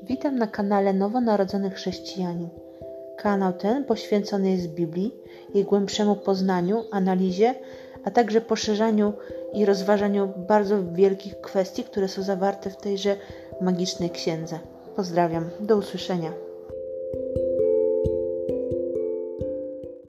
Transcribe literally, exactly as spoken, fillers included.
Witam na kanale Nowonarodzony Chrześcijanin. Kanał ten poświęcony jest Biblii, jej głębszemu poznaniu, analizie, a także poszerzaniu i rozważaniu bardzo wielkich kwestii, które są zawarte w tejże magicznej księdze. Pozdrawiam, do usłyszenia.